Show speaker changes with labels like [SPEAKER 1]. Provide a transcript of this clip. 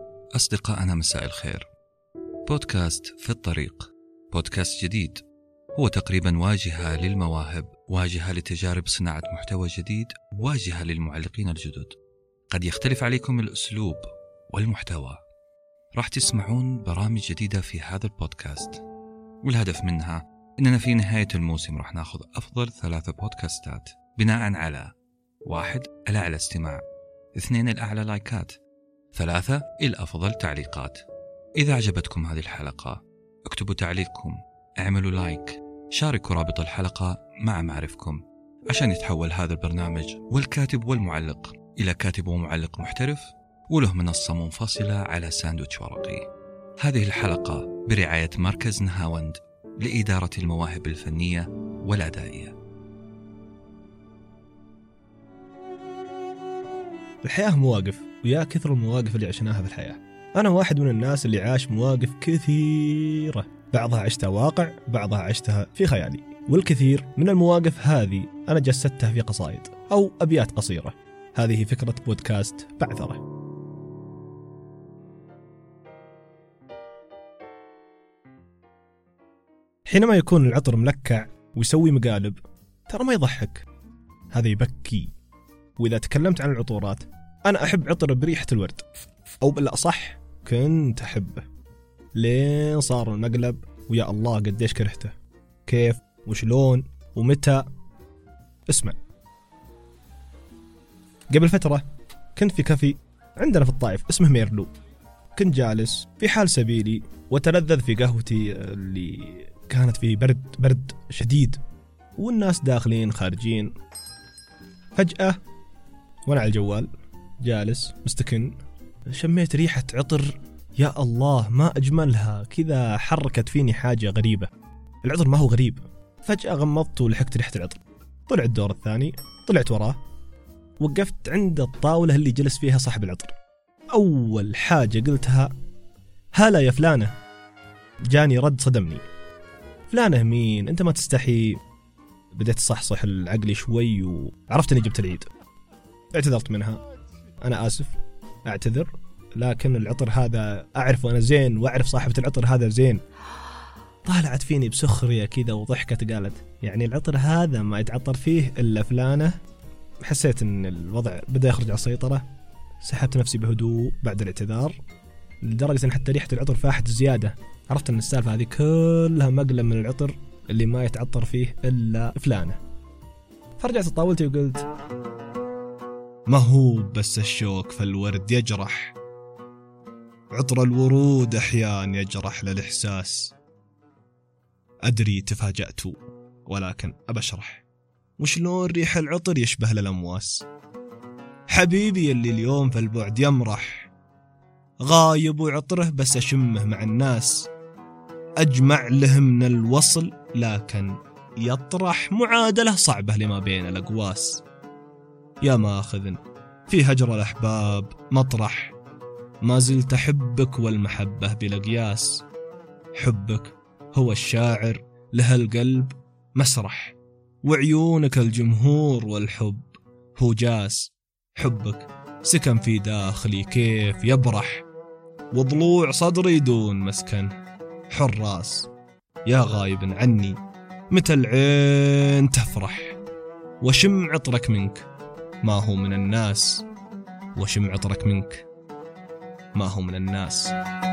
[SPEAKER 1] أصدقائنا مساء الخير. بودكاست في الطريق، بودكاست جديد هو تقريبا واجهة للمواهب، واجهة لتجارب صناعة محتوى جديد، واجهة للمعلقين الجدد. قد يختلف عليكم الأسلوب والمحتوى. راح تسمعون برامج جديدة في هذا البودكاست، والهدف منها إننا في نهاية الموسم راح ناخذ أفضل 3 بودكاستات بناء على 1. الأعلى استماع، 2. الأعلى لايكات، 3. الأفضل تعليقات. إذا عجبتكم هذه الحلقة اكتبوا تعليقكم، اعملوا لايك، شاركوا رابط الحلقة مع معرفكم عشان يتحول هذا البرنامج والكاتب والمعلق إلى كاتب ومعلق محترف وله منصة منفصلة على ساندويتش ورقي. هذه الحلقة برعاية مركز نهاوند لإدارة المواهب الفنية والأدائية.
[SPEAKER 2] الحياة مواقف، ويا كثر المواقف اللي عشناها في الحياة. أنا واحد من الناس اللي عاش مواقف كثيرة، بعضها عشتها واقع، بعضها عشتها في خيالي. والكثير من المواقف هذه أنا جسدتها في قصائد أو أبيات قصيرة. هذه فكرة بودكاست بعثرة. حينما يكون العطر ملكع ويسوي مقالب ترى ما يضحك، هذا يبكي. وإذا تكلمت عن العطورات، أنا أحب عطر بريحة الورد، أو بالأصح كنت أحبه لين صار المقلب، ويا الله قديش كرهته. كيف وشلون ومتى؟ اسمع، قبل فترة كنت في كافي عندنا في الطائف اسمه ميرلو. كنت جالس في حال سبيلي وتلذذ في قهوتي اللي كانت فيه برد شديد، والناس داخلين خارجين. فجأة وأنا على الجوال جالس مستكن شميت ريحة عطر، يا الله ما أجملها، كذا حركت فيني حاجة غريبة. العطر ما هو غريب. فجأة غمضت ولحقت ريحة العطر. طلع الدور الثاني، طلعت وراه، وقفت عند الطاولة اللي جلس فيها صاحب العطر. أول حاجة قلتها هلا يا فلانة. جاني رد صدمني، فلانة مين؟ أنت ما تستحي؟ بديت صحصح العقل شوي وعرفت أني جبت العيد. اعتذرت منها، أنا آسف، أعتذر، لكن العطر هذا أعرفه أنا زين، وأعرف صاحبة العطر هذا زين. طالعت فيني بسخرية كذا وضحكت، قالت يعني العطر هذا ما يتعطر فيه إلا فلانة. حسيت أن الوضع بدأ يخرج على السيطرة. سحبت نفسي بهدوء بعد الاعتذار، لدرجة أن حتى ريحة العطر فاحت زيادة. عرفت أن السالفة هذه كلها مقلب من العطر اللي ما يتعطر فيه إلا فلانة. فرجعت طاولتي وقلت ما هو بس الشوك فالورد يجرح، عطر الورود أحيان يجرح للإحساس. أدري تفاجأت، ولكن أبشرح وشلون ريح العطر يشبه للأمواس. حبيبي اللي اليوم في البعد يمرح، غايب وعطره بس أشمه مع الناس. أجمع له من الوصل لكن يطرح معادلة صعبة لما بين الأقواس. يا ماخذ في هجر الأحباب مطرح، ما زلت أحبك والمحبة بلا قياس. حبك هو الشاعر له القلب مسرح، وعيونك الجمهور والحب هو جاس. حبك سكن في داخلي كيف يبرح، وضلوع صدري دون مسكن حراس. يا غايب عني متى العين تفرح، وشم عطرك منك ما هو من الناس، وشم عطرك منك ما هو من الناس.